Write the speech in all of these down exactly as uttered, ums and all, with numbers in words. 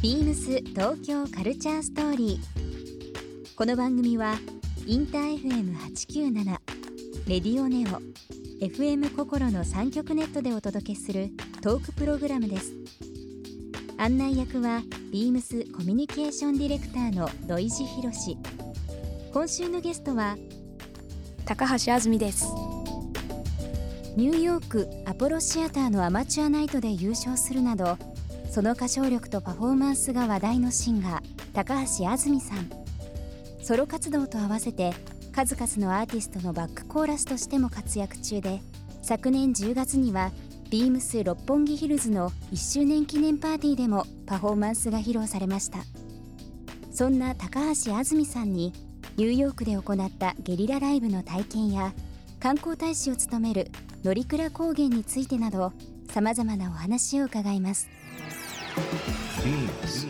ビームス東京カルチャーストーリー。この番組はインター エフエムはちきゅうなな、レディオネオ、エフエム 心のさん局ネットでお届けするトークプログラムです。案内役はビームスコミュニケーションディレクターの土井博志。今週のゲストは高橋あずみです。 ニューヨークアポロシアターのアマチュアナイトで優勝するなど、その歌唱力とパフォーマンスが話題のシンガー高橋あずみさん。ソロ活動と合わせて数々のアーティストのバックコーラスとしても活躍中で、昨年じゅうがつにはビームス六本木ヒルズのいっしゅうねん記念パーティーでもパフォーマンスが披露されました。そんな高橋あずみさんにニューヨークで行ったゲリラライブの体験や観光大使を務める乗鞍高原についてなど、さまざまなお話を伺います。 ビームス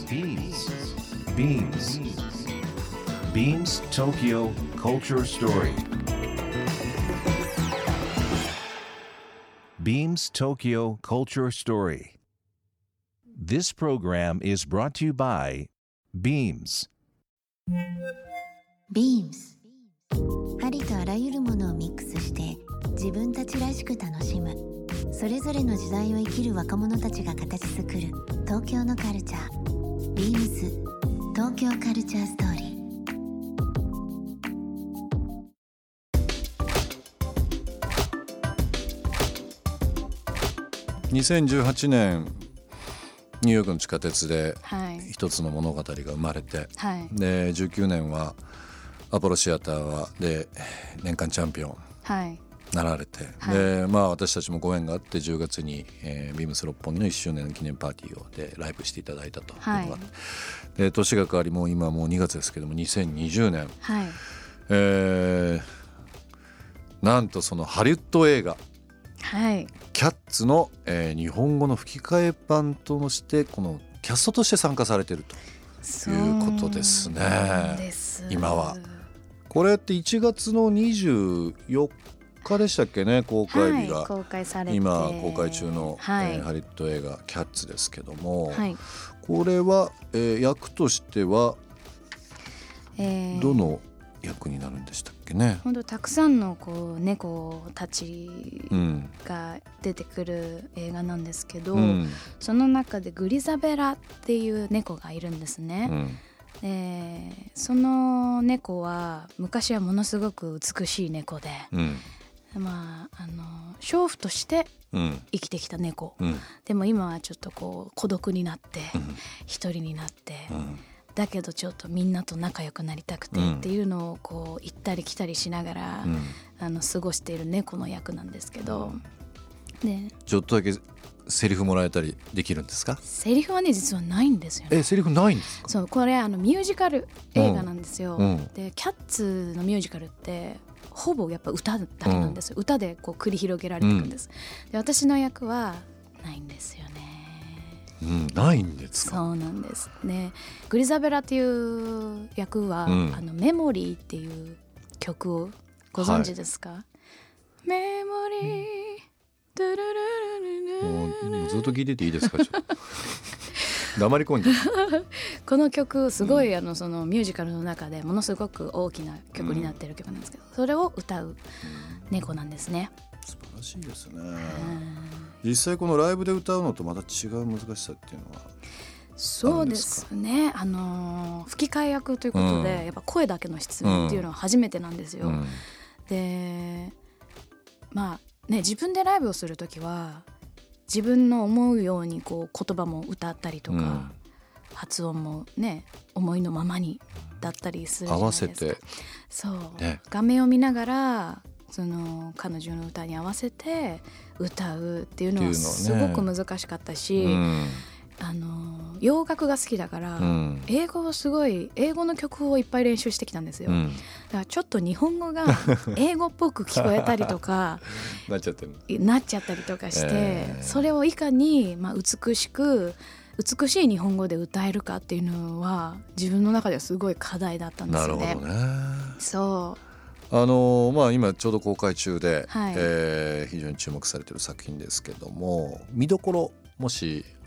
ビームス ビームス Tokyo Culture Story. Beams Tokyo Culture Story. This program is brought to you by Beams. ビームス、ありとあらゆるものをミックスして自分たちらしく楽しむ、それぞれの時代を生きる若者たちが形作る東京のカルチャー。ビームス東京カルチャーストーリー。 にせんじゅうはちねんニューヨークの地下鉄で一つの物語が生まれて、はい、でじゅうきゅうねんはアポロシアターで年間チャンピオンなられて、はい、でまあ、私たちもご縁があってじゅうがつに、えー、ビームス六本木のいっしゅうねん記念パーティーをでライブしていただいたというのが、はい、で年が変わりもう今もうにがつですけどもにせんにじゅうねん、はい、えー、なんとそのハリウッド映画、はい、キャッツの、えー、日本語の吹き替え版としてこのキャストとして参加されているということですね。です今はこれっていちがつのにじゅうよっかでしたっけね、公開日が、はい、公開されて今公開中の、はい、えー、ハリウッド映画キャッツですけども、はい、これは、えー、役としては、えー、どの役になるんでしたっけね。 本当たくさんのこう猫たちが出てくる映画なんですけど、うん、その中でグリザベラっていう猫がいるんですね、うん、でその猫は昔はものすごく美しい猫で、うん、まあ、あの娼婦として生きてきた猫、うん、でも今はちょっとこう孤独になって、うん、一人になって、うん、だけどちょっとみんなと仲良くなりたくてっていうのをこう行ったり来たりしながら、うん、あの過ごしている猫の役なんですけど、うん、でちょっとだけセリフもらえたりできるんですか。 セリフはね実はないんですよね。 えセリフないんですか。 そうこれあのミュージカル映画なんですよ、うん、でキャッツのミュージカルってほぼやっぱ歌だけなんですよ、うん、歌でこう繰り広げられていくんです、うん、で私の役はないんですよね。 うん、ないんですか。 そうなんですね。グリザベラっていう役は、うん、あのメモリーっていう曲をご存知ですか、はい、メモリー、ドゥルルルルルもう、もうずっと聴いてていいですか。ちょっと黙り込んでこの曲すごい、うん、あのそのミュージカルの中でものすごく大きな曲になっている曲なんですけど、うん、それを歌う猫なんですね。 素晴らしいですね、うん、実際このライブで歌うのとまた違う難しさっていうのはそうですね、あの吹き替え役ということで、うん、やっぱ声だけの出演っていうのは初めてなんですよ、うん、でまあね自分でライブをするときは自分の思うようにこう言葉も歌ったりとか、うん、発音もね思いのままにだったりするじゃないですか。合わせてそう、ね、画面を見ながらその彼女の歌に合わせて歌うっていうのはすごく難しかったし、ね、うん、あの洋楽が好きだから、うん、英語をすごい英語の曲をいっぱい練習してきたんですよ、うん、だからちょっと日本語が英語っぽく聞こえたりとかなっちゃってるなっちゃったりとかして、えー、それをいかに、まあ、美しく美しい日本語で歌えるかっていうのは自分の中ではすごい課題だったんですよね。 なるほどね。 そうあのまあ、今ちょうど公開中で、はい、えー、非常に注目されている作品ですけども、見どころもし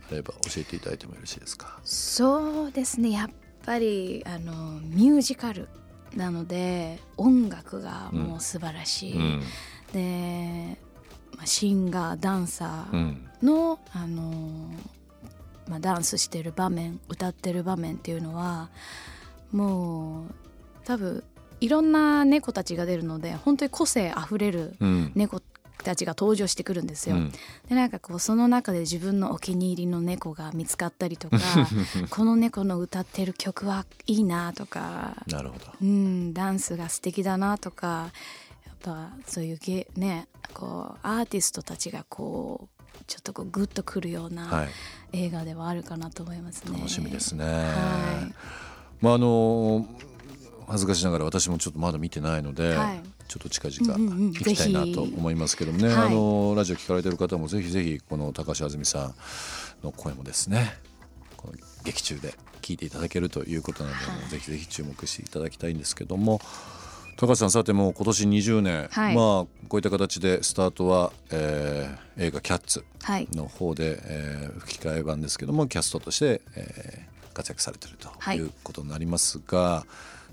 あれば教えていただいてもよろしいですか？ そうですね、やっぱりあのミュージカルなので音楽がもう素晴らしい、うん、で、まあ、シンガーダンサーの、うん、あのまあ、ダンスしてる場面歌ってる場面っていうのはもう多分いろんな猫たちが出るので本当に個性あふれる猫たちが登場してくるんですよ、うん、でなんかこうその中で自分のお気に入りの猫が見つかったりとかこの猫の歌ってる曲はいいなとか、 なるほど、 うん、ダンスが素敵だなとか、やっぱそういうゲ、ね、こうアーティストたちがこうちょっとこうグッとくるような映画ではあるかなと思いますね、 はい、楽しみですね、 はい、 まああの恥ずかしながら私もちょっとまだ見てないので、はい、ちょっと近々行きたいなと思いますけどもね、うんうんうん、あのラジオ聞かれてる方もぜひぜひこの高橋あずみさんの声もですねこの劇中で聞いていただけるということなので、はい、ぜひぜひ注目していただきたいんですけども、高橋さん、さてもう今年にじゅうねん、はい、まあこういった形でスタートは、えー、映画キャッツの方で、はい、えー、吹き替え版ですけどもキャストとして、えー、活躍されているということになりますが、はい、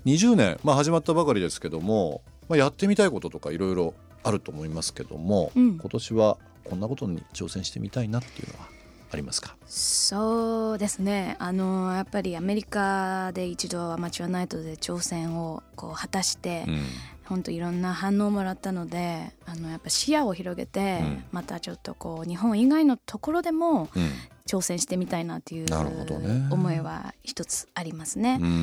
にじゅうねん、まあ、始まったばかりですけども、まあ、やってみたいこととかいろいろあると思いますけども、うん、今年はこんなことに挑戦してみたいなっていうのはありますか？ そうですね、あのやっぱりアメリカで一度アマチュアナイトで挑戦をこう果たして、うん、本当いろんな反応をもらったので、あのやっぱ視野を広げて、うん、またちょっとこう日本以外のところでも挑戦してみたいなという、ね、思いは一つありますね、うん、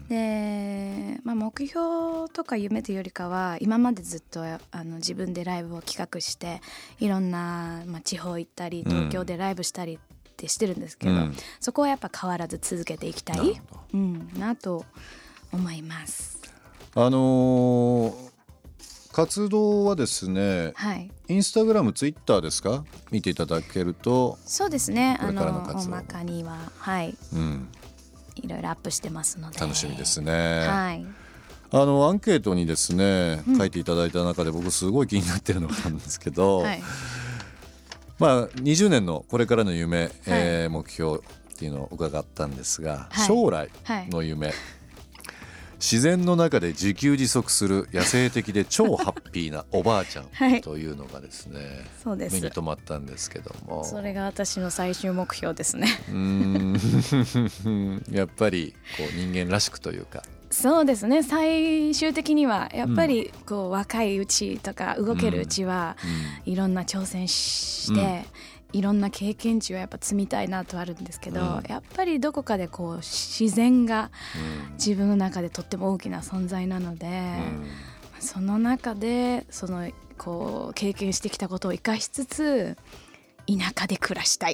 で、まあ、目標とか夢というよりかは今までずっとあの自分でライブを企画していろんな、まあ、地方行ったり東京でライブしたりってしてるんですけど、うん、そこはやっぱ変わらず続けていきたい、うん、なと思います。 あのー、活動はですね、はい、インスタグラム、ツイッターですか、見ていただけると。 そうですね、これからの活動、あの大まかには、はい、うん、いろいろアップしてますので楽しみですね、 はい、 あのアンケートにですね書いていただいた中で僕すごい気になってるのがあるんですけど、はい、まあ、にじゅうねんのこれからの夢、はい、えー、目標っていうのを伺ったんですが、はい、将来の夢、はい、自然の中で自給自足する野生的で超ハッピーなおばあちゃんというのがですね、はい、そうです、目に留まったんですけども、 それが私の最終目標ですね。 うーんやっぱりこう人間らしくというか、 そうですね、最終的にはやっぱりこう若いうちとか動けるうちは、いろんな挑戦して、うん、いろんな経験値をやっぱ積みたいなとあるんですけど、うん、やっぱりどこかでこう自然が自分の中でとっても大きな存在なので、うん、その中でそのこう経験してきたことを生かしつつ田舎で暮らしたい。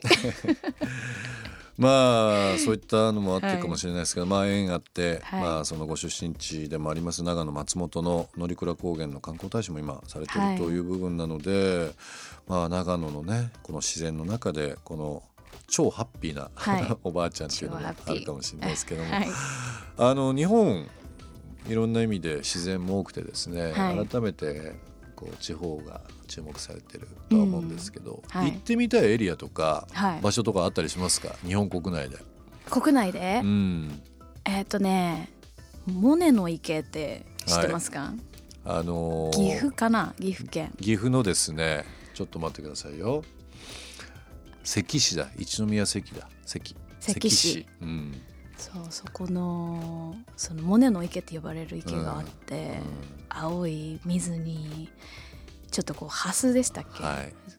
まあそういったのもあってかもしれないですけど、はい、まあ縁あって、はい、まあそのご出身地でもあります長野松本の乗鞍高原の観光大使も今されているという部分なので、はい、まあ長野のねこの自然の中でこの超ハッピーな、はい、おばあちゃんっていうのがあるかもしれないですけども、はい、あの日本いろんな意味で自然も多くてですね、はい、改めてこう地方が注目されてるとは思うんですけど、うん、はい、行ってみたいエリアとか、はい、場所とかあったりしますか？日本国内で。 国内で、うん、えっとねモネの池って知ってますか？はい、あのー、岐阜かな、岐阜県岐阜のですね、ちょっと待ってくださいよ、関市だ、一宮関だ、関関市、うん、そうそこのそのモネの池って呼ばれる池があって、うんうん、青い水にちょっとこうハスでしたっけ、はい、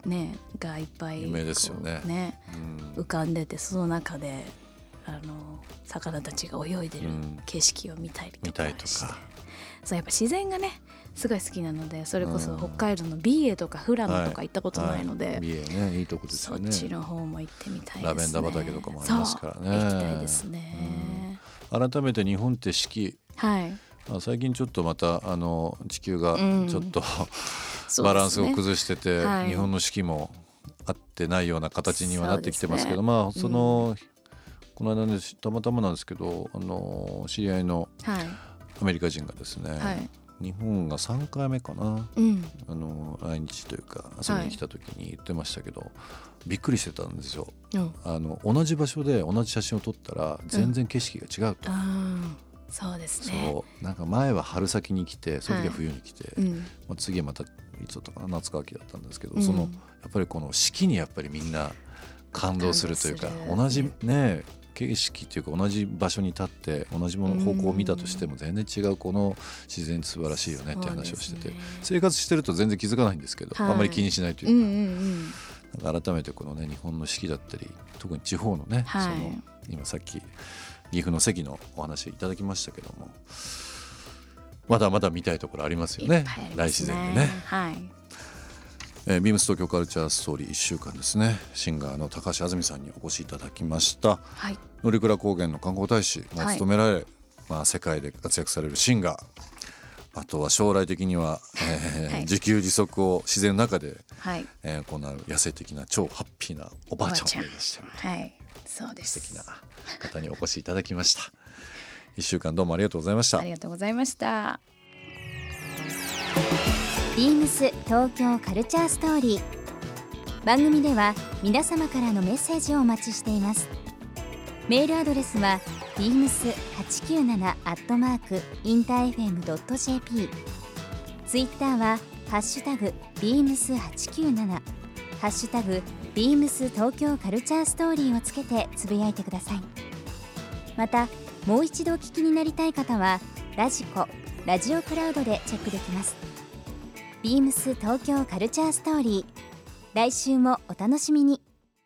ね、がいっぱい有名ですよね、 ね、うん、浮かんでて、その中であの魚たちが泳いでる景色を見たりとかして、うん、見たいとか、そうやっぱ自然がねすごい好きなので、それこそ北海道の美瑛とか富良野とか行ったことないので、はいはい、 美瑛ね、いいとこですよね。 そっちの方も行ってみたいですね。 ラベンダー畑とかもありますからね。 行きたいですね、 うん、改めて日本って四季、はい、まあ、最近ちょっとまたあの地球がちょっと、うん、バランスを崩してて、ね、はい、日本の四季も合ってないような形にはなってきてますけど、まあその、うん、この間ねたまたまなんですけど、あの知り合いのアメリカ人がですね、はい、 日本がさんかいめかな、うん、あの来日というか遊びに来た時に言ってましたけど、はい、びっくりしてたんですよ、うん、あの同じ場所で同じ写真を撮ったら全然景色が違うと、うん、 そうですね。 そうなんか前は春先に来てその時は冬に来て、はい、うん、まあ、次はまたいつだったかな夏か秋だったんですけど、うん、そのやっぱりこの四季にやっぱりみんな感動するというか、同じね景色っていうか同じ場所に立って同じもの方向を見たとしても全然違うこの自然素晴らしいよねって話をしてて、ね、生活してると全然気づかないんですけど、はい、あんまり気にしないというか、うんうんうん、なんか改めてこのね日本の四季だったり特に地方のね、はい、その今さっき岐阜の関のお話いただきましたけども、まだまだ見たいところありますよね、大自然でね、はい、えー、ビームス東京カルチャーストーリーいっしゅうかんですね、シンガーの高橋あずみさんにお越しいただきました、はい、乗鞍高原の観光大使も務められ、はい、まあ、世界で活躍されるシンガー、あとは将来的には、えーはい、自給自足を自然の中で、はい、えー、行う野生的な超ハッピーなおばあちゃんを目指している、はい、そうです、素敵な方にお越しいただきましたいっしゅうかんどうもありがとうございました。 ありがとうございました。 ビームス東京カルチャーストーリー、番組では皆様からのメッセージをお待ちしています。メールアドレスは ビームスはちきゅうなな アットマーク インターエフエム ドット ジェーピー、 ツイッターはハッシュタグ ビームスはちきゅうなな、 ハッシュタグ ビームス東京カルチャーストーリーをつけてつぶやいてください。またもう一度お聞きになりたい方はラジコ、ラジオクラウドでチェックできます。ビームス東京カルチャーストーリー、来週もお楽しみに。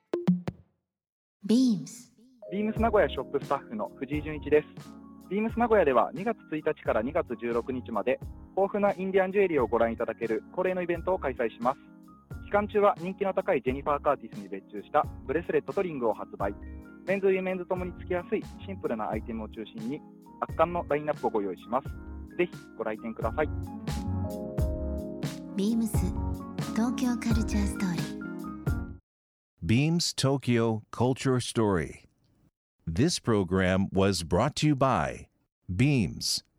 ビームスビームス名古屋ショップスタッフの藤井純一です。ビームス名古屋ではにがつついたちからにがつじゅうろくにちまで豊富なインディアンジュエリーをご覧いただける恒例のイベントを開催します。期間中は人気の高いジェニファー・カーティスに別注したブレスレットとリングを発売。メンズ・ウィメンズともにつけやすいシンプルなアイテムを中心に圧巻のラインナップをご用意します。ぜひご来店ください。 ビームス東京カルチャーストーリー。 Beams Tokyo Culture Story. This program was brought to you by Beams.